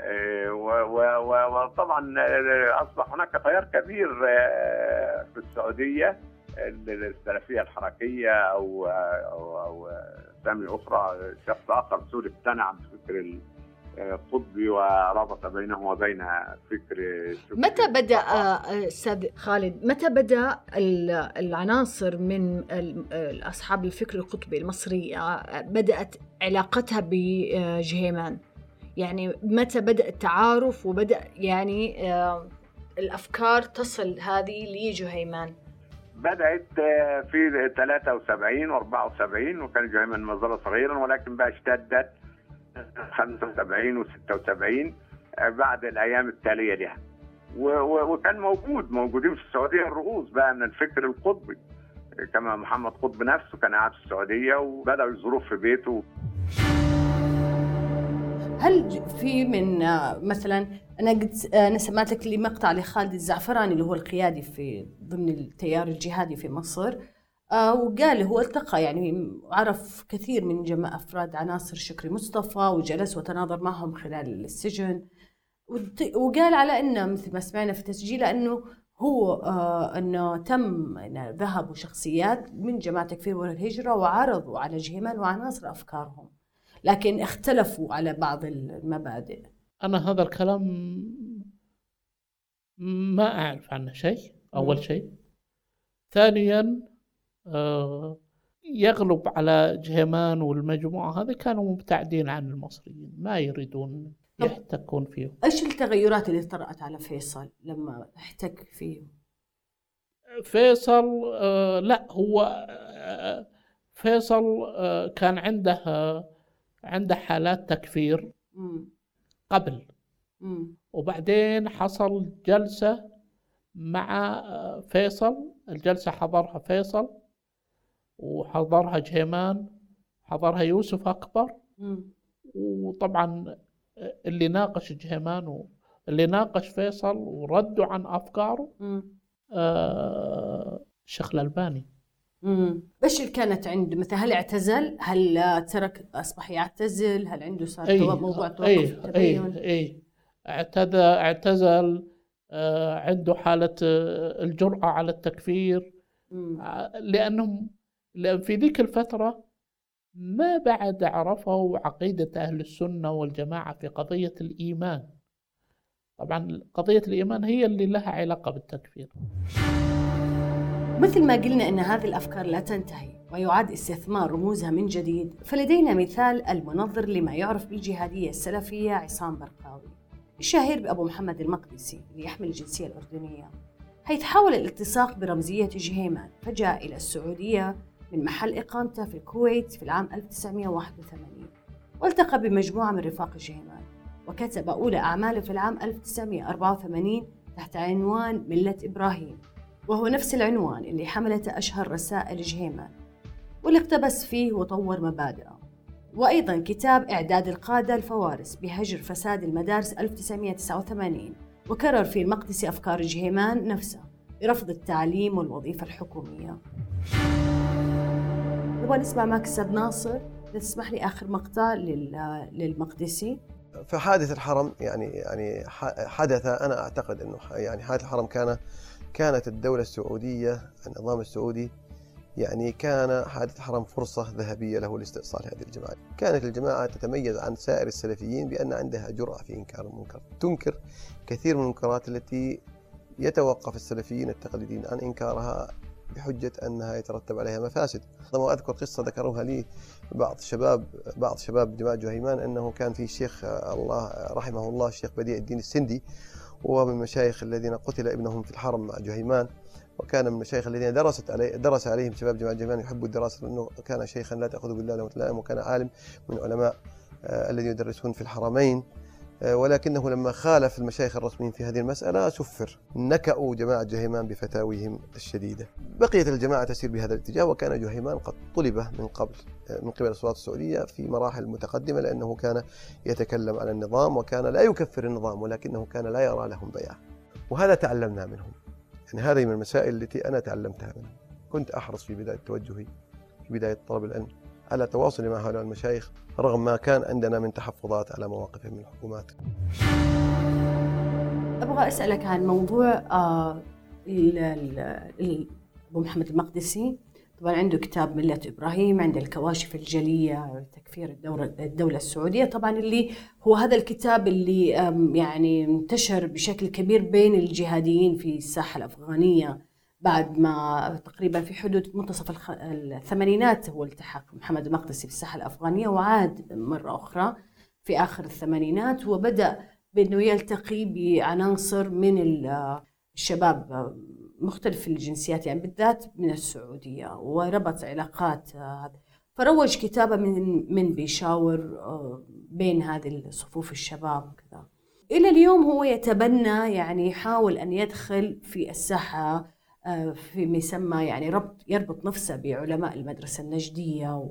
وطبعا اصبح هناك تيار كبير في السعوديه، السلفيه الحركيه او اسامي اخرى. شخص اخر سوري اقتنع بفكر القطبي وربط بينه وبين فكر الشكري. متى بدا استاذ خالد، متى بدا العناصر من اصحاب الفكر القطبي المصريه بدات علاقتها بجهيمان؟ يعني متى بدا التعارف وبدا يعني الافكار تصل هذه لجهيمان؟ بدأت في 73 و74، وكان جهيمان ما زال صغيرا، ولكن بقى اشتدت 75 و76 بعد الأيام التالية لها. وكان موجودين في السعودية الرؤوس بقى من الفكر القطبي، كما محمد قطب نفسه كان قاعد في السعودية وبدأوا يزوروه في بيته. هل في من مثلا أنا سمعت لك لمقطع لخالد الزعفراني اللي هو القيادي في ضمن التيار الجهادي في مصر، وقال هو التقى يعني عرف كثير من جماعة أفراد عناصر شكري مصطفى وجلس وتناظر معهم خلال السجن، وقال على أنه مثل ما سمعنا في تسجيله أنه هو أنه تم ذهبوا شخصيات من جماعة تكفير والهجرة وعرضوا على جهيمان وعناصر أفكارهم، لكن اختلفوا على بعض المبادئ. أنا هذا الكلام ما أعرف عنه شيء، أول شيء. ثانيا يغلب على جهيمان والمجموعة هذه كانوا مبتعدين عن المصريين، ما يريدون يحتكون فيهم. إيش التغيرات اللي طرأت على فيصل لما احتك فيه؟ فيصل لا، هو فيصل كان عنده حالات تكفير قبل، وبعدين حصل جلسة مع فيصل، الجلسة حضرها فيصل وحضرها جهيمان، حضرها يوسف أكبر، وطبعا اللي ناقش جهيمان واللي ناقش فيصل وردوا عن أفكاره الشيخ الألباني. ايش اللي كانت عنده مثلا؟ هل اعتزل؟ هل ترك أصبح يعتزل؟ هل عنده صار موضوع توقف التبين؟ اعتزل. عنده حالة الجرأة على التكفير، لأن في ذيك الفترة ما بعد عرفوا عقيدة أهل السنة والجماعة في قضية الإيمان. طبعا قضية الإيمان هي اللي لها علاقة بالتكفير. مثل ما قلنا أن هذه الأفكار لا تنتهي ويعاد استثمار رموزها من جديد، فلدينا مثال المنظر لما يعرف بالجهادية السلفية عصام برقاوي الشهير بأبو محمد المقدسي اللي يحمل الجنسية الأردنية، حيث حاول الالتصاق برمزية جهيمان، فجاء إلى السعودية من محل إقامته في الكويت في العام 1981، والتقى بمجموعة من رفاق جهيمان، وكتب أولى أعماله في العام 1984 تحت عنوان ملة إبراهيم، وهو نفس العنوان اللي حملته أشهر رسائل جهيمان واللي اقتبس فيه وطور مبادئه. وأيضا كتاب إعداد القادة الفوارس بهجر فساد المدارس 1989، وكرر فيه المقدسي أفكار جهيمان نفسه برفض التعليم والوظيفة الحكومية. نبغى نسمع معك أستاذ ناصر، تسمح لي آخر مقطع للمقدسي. فحادث الحرم يعني حدث، أنا أعتقد أنه يعني حادث الحرم كانت الدولة السعودية، النظام السعودي يعني كان حادث الحرم فرصة ذهبية له لاستئصال هذه الجماعة. كانت الجماعة تتميز عن سائر السلفيين بأن عندها جرأة في إنكار المنكر، تنكر كثير من المنكرات التي يتوقف السلفيين التقليديين عن إنكارها بحجة أنها يترتب عليها مفاسد. وأذكر قصة ذكروها لي بعض شباب جماعة جهيمان، أنه كان في الشيخ الله رحمه الله الشيخ بديع الدين السندي، وهو من المشايخ الذين قتل ابنهم في الحرم مع جهيمان، وكان من المشايخ الذين درس عليهم شباب جماعة جهيمان يحبوا الدراسة، لأنه كان شيخا لا تأخذ بالله لومة لائم، وكان عالم من علماء الذين يدرسون في الحرمين، ولكنه لما خالف المشايخ الرسميين في هذه المسألة سفر. نكأوا جماعة جهيمان بفتاويهم الشديدة. بقيت الجماعة تسير بهذا الاتجاه، وكان جهيمان قد طلب من قبل السلطات السعودية في مراحل متقدمة، لأنه كان يتكلم على النظام وكان لا يكفر النظام، ولكنه كان لا يرى لهم بيعة، وهذا تعلمنا منهم. يعني هذه من المسائل التي أنا تعلمتها منهم. كنت أحرص في بداية توجهي في بداية طلب العلم على تواصل مع هؤلاء المشايخ رغم ما كان عندنا من تحفظات على مواقفهم من الحكومات. أبغى أسألك عن موضوع أبو محمد المقدسي. طبعا عنده كتاب ملة إبراهيم، عنده الكواشف الجلية لتكفير الدولة السعودية، طبعا اللي هو هذا الكتاب اللي يعني انتشر بشكل كبير بين الجهاديين في الساحة الأفغانية بعد ما تقريبا في حدود منتصف الثمانينات هو التحق محمد المقدسي في الساحة الأفغانية، وعاد مرة أخرى في آخر الثمانينات، وبدأ بأنه يلتقي بعناصر من الشباب مختلف الجنسيات، يعني بالذات من السعودية، وربط علاقات. فروج كتابة من بيشاور بين هذه الصفوف الشباب كذا. إلى اليوم هو يتبنى، يعني يحاول أن يدخل في الساحة في يسمى يعني يربط نفسه بعلماء المدرسة النجدية،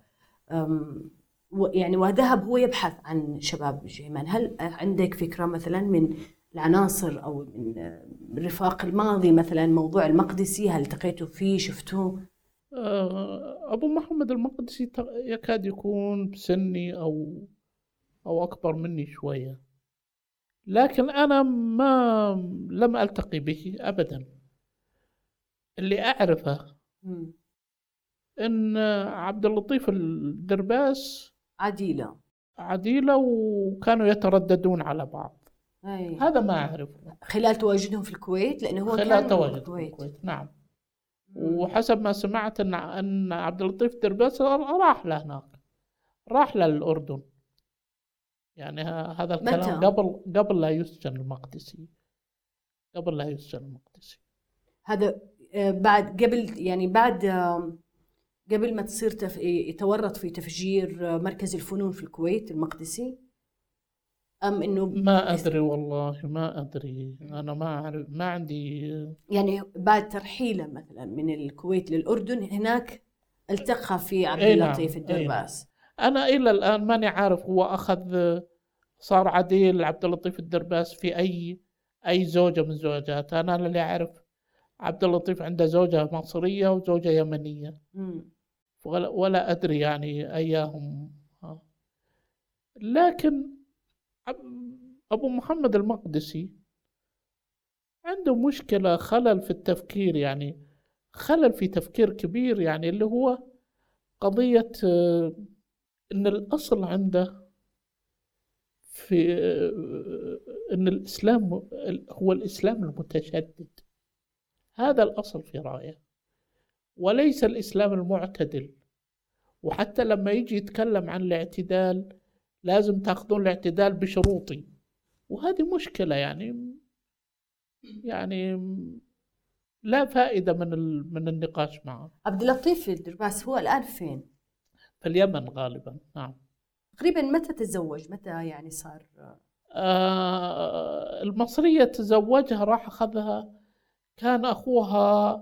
يعني وذهب هو يبحث عن شباب جهيمان. هل عندك فكرة مثلا من العناصر أو من رفاق الماضي مثلا موضوع المقدسي، هل التقيتوا فيه شفتوه؟ أبو محمد المقدسي يكاد يكون بسني أو أكبر مني شوية، لكن أنا لم ألتقي به أبدا. اللي أعرفه إن عبد اللطيف الدرباس عديلة وكانوا يترددون على بعض. هذا ما أعرفه خلال تواجدهم في الكويت، لأنه هو خلال تواجدهم في الكويت. نعم. وحسب ما سمعت أن عبد اللطيف الدرباس راح لهناك، راح للأردن، يعني هذا الكلام قبل لا يسجن المقدسي. هذا بعد قبل ما تصير يتورط في تفجير مركز الفنون في الكويت المقدسي، أم إنه ما أدري والله، ما أدري، أنا ما أعرف، ما عندي. يعني بعد ترحيله مثلا من الكويت للأردن هناك التقى في عبد اللطيف الدرباس. أنا إلى الآن ماني عارف هو صار عديل عبد اللطيف الدرباس في أي زوجة من زوجات. أنا اللي أعرف عبد اللطيف عنده زوجة مصرية وزوجة يمنية، ولا أدري يعني أيهم. لكن أبو محمد المقدسي عنده مشكلة، خلل في التفكير، يعني خلل في تفكير كبير، يعني اللي هو قضية إن الأصل عنده في إن الإسلام هو الإسلام المتشدد. هذا الأصل في رأيه، وليس الإسلام المعتدل. وحتى لما يجي يتكلم عن الاعتدال لازم تأخذون الاعتدال بشروطي، وهذه مشكلة. يعني لا فائدة من النقاش معه. عبد اللطيف الدرباس هو الآن فين؟ في اليمن غالبا. نعم. تقريبا متى تزوج؟ متى يعني صار؟ المصرية تزوجها، راح أخذها كان أخوها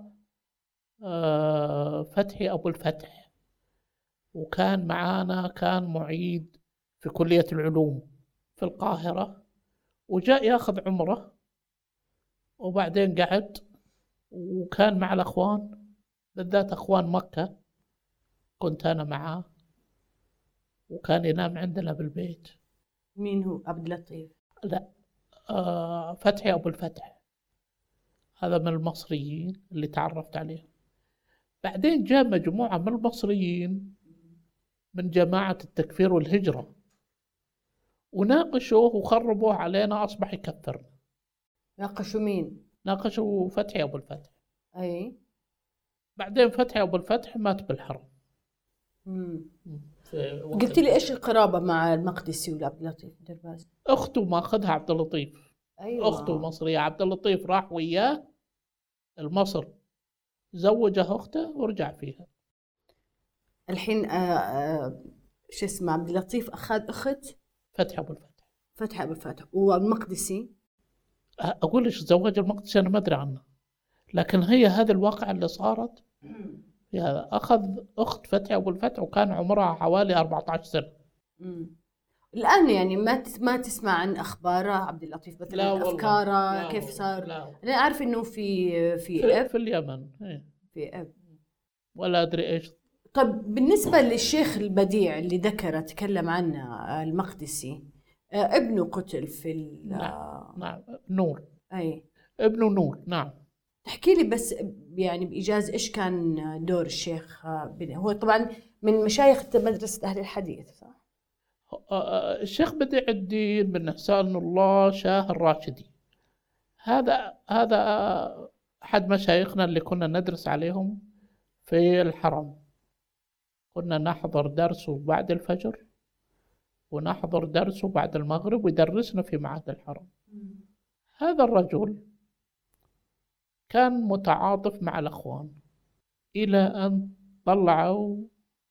فتحي أبو الفتح، وكان معانا، كان معيد في كلية العلوم في القاهرة، وجاء ياخذ عمره وبعدين قعد، وكان مع الأخوان بالذات أخوان مكة، كنت أنا معاه وكان ينام عندنا بالبيت. مين هو؟ عبد اللطيف؟ لا، فتحي أبو الفتح، هذا من المصريين اللي تعرفت عليهم. بعدين جاء مجموعة من المصريين من جماعة التكفير والهجرة وناقشوه وخربوه علينا، أصبح يكفرنا. ناقشوا مين؟ ناقشوا فتحي أبو الفتح. أي. بعدين فتحي أبو الفتح مات بالحرم. قلت لي إيش القرابة مع المقدسي وعبد اللطيف درباز؟ أخته ماخذها عبد اللطيف. أيوة. أخته مصرية، عبد اللطيف راح وياه المصر، زوجه أخته ورجع فيها. الحين شو اسمه، عبد اللطيف أخذ أخت فتحي أبو الفتح. فتحي أبو الفتح. والمقدسي أقول إيش زوج المقدسي أنا ما أدري عنه، لكن هي هذا الواقع اللي صارت. أخذ أخت فتحي أبو الفتح وكان عمرها حوالي 14 سنة. الآن يعني ما تسمع عن أخباره عبد اللطيف مثلا، أفكاره كيف صار؟ أنا أعرف إنه في اليمن. في أب ولا أدري إيش. طب بالنسبة للشيخ البديع اللي تكلم عنه المقدسي، ابنه قتل في نعم نور. أي ابنه نور. نعم. تحكي لي بس يعني بإيجاز إيش كان دور الشيخ هو طبعا من مشايخ مدرسة أهل الحديث، صح؟ الشيخ بديع الدين بن حسان الله شاه الراشدي، هذا أحد مشايخنا اللي كنا ندرس عليهم في الحرم. كنا نحضر درسه بعد الفجر ونحضر درسه بعد المغرب، ويدرسنا في معهد الحرم. هذا الرجل كان متعاطف مع الأخوان إلى أن طلعوا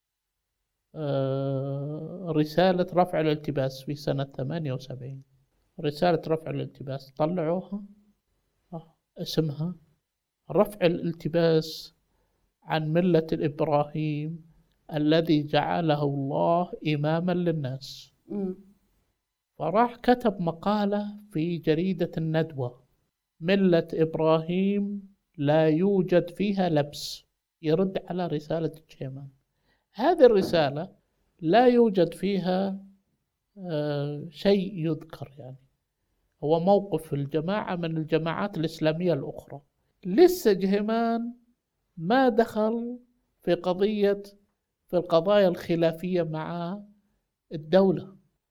رسالة رفع الالتباس في سنة 78. رسالة رفع الالتباس طلعوها، اسمها رفع الالتباس عن ملة إبراهيم الذي جعله الله إماما للناس. فراح كتب مقالة في جريدة الندوة: ملة إبراهيم لا يوجد فيها لبس، يرد على رسالة الجهيمان. هذه الرسالة لا يوجد فيها شيء يذكر، يعني هو موقف الجماعة من الجماعات الإسلامية الأخرى. لسه جهيمان ما دخل في القضايا الخلافية مع الدولة.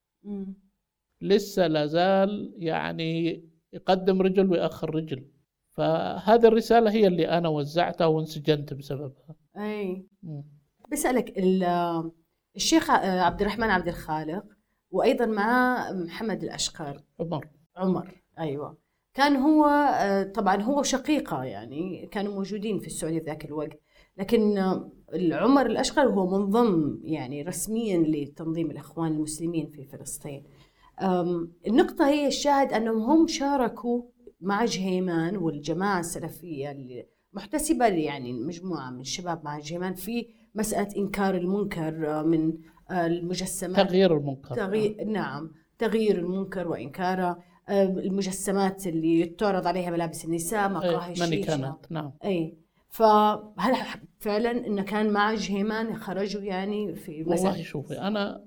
لسه لازال يعني يقدم رجل ويأخر رجل. فهذه الرسالة هي اللي أنا وزعتها وانسجنت بسببها. أي. بسألك الشيخ عبد الرحمن عبد الخالق وأيضا مع محمد الأشقر عمر. أيوة. كان هو طبعا هو شقيقة، يعني كانوا موجودين في السعودية ذاك الوقت، لكن عمر الأشقر هو منضم يعني رسميا لتنظيم الإخوان المسلمين في فلسطين. النقطة هي الشاهد أنهم هم شاركوا مع جهيمان والجماعة السلفية اللي محتسبة يعني مجموعة من الشباب مع جهيمان في مسألة إنكار المنكر من المجسمات، تغيير المنكر. نعم، تغيير المنكر وإنكاره. المجسمات اللي يتعرض عليها ملابس النساء، مقاهي الشيشة. نعم. أي. فهل فعلا إنه كان مع جهيمان خرجوا يعني في مسألة؟ والله شوفي،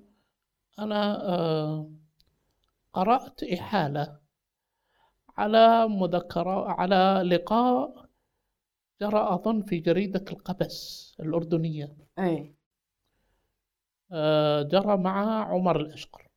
أنا قرأت إحالة على مذكرة على لقاء جرى أظن في جريدة القبس الأردنية. أي. جرى مع عمر الأشقر.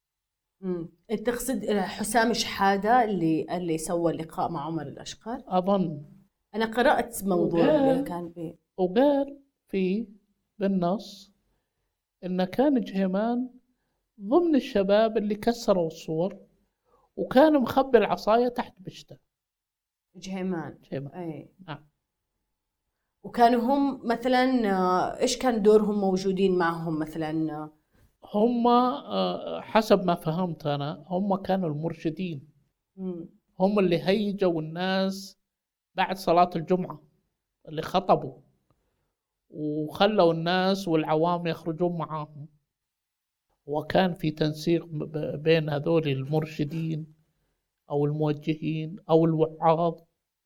تقصد حسام شحادة اللي سوى اللقاء مع عمر الأشقر؟ أظن. أنا قرأت موضوع كان به، وقال فيه بالنص إن كان جهيمان ضمن الشباب اللي كسروا الصور وكان مخبي العصاية تحت بشته. جهيمان. أي. نعم. وكانوا هم مثلا إيش كان دورهم موجودين معهم مثلا؟ هم حسب ما فهمت أنا هم كانوا المرشدين. هم اللي هيجوا الناس بعد صلاة الجمعة اللي خطبوا وخلوا الناس والعوام يخرجون معاهم، وكان في تنسيق بين هذول المرشدين أو الموجهين أو الوعاظ،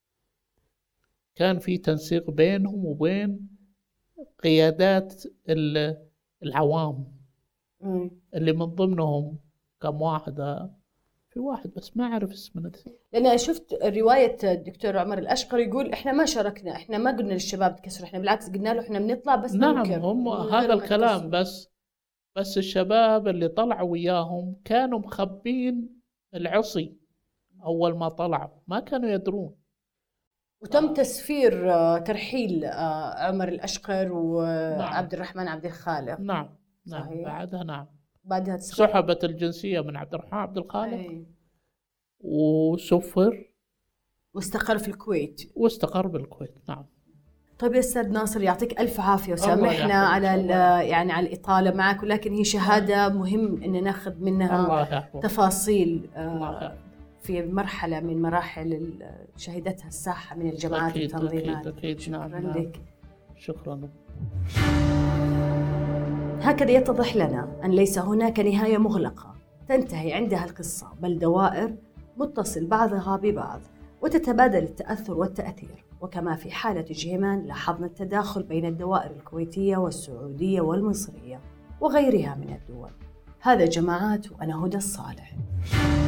كان في تنسيق بينهم وبين قيادات العوام اللي من ضمنهم كم واحدة، في واحد بس ما أعرف اسمه. لأن أنا شفت رواية الدكتور عمر الأشقر يقول إحنا ما شاركنا، إحنا ما قلنا للشباب تكسروا، إحنا بالعكس قلنا له إحنا بنطلع بس نعم هم هذا الكلام بس الشباب اللي طلعوا وياهم كانوا مخبين العصي أول ما طلعوا، ما كانوا يدرون. وتم تسفير ترحيل عمر الأشقر وعبد الرحمن عبد الخالق. نعم بعدها بعدها سحبت الجنسية من عبد الرحمن عبد الخالق وسفر واستقر في الكويت. واستقر بالكويت. نعم. طيب يا أستاذ ناصر يعطيك ألف عافية وسامحنا على يعني على الإطالة معك، ولكن هي شهادة مهم إن ناخذ منها تفاصيل في مرحلة من مراحل شهدتها الساحة من الجماعات والتنظيمات. أكيد. شكرا لك. شكرا. هكذا يتضح لنا أن ليس هناك نهاية مغلقة تنتهي عندها القصة، بل دوائر متصل بعضها ببعض وتتبادل التأثر والتأثير. وكما في حالة جهيمان لاحظنا التداخل بين الدوائر الكويتية والسعودية والمصرية وغيرها من الدول. هذا جماعات وأنا هدى الصالح.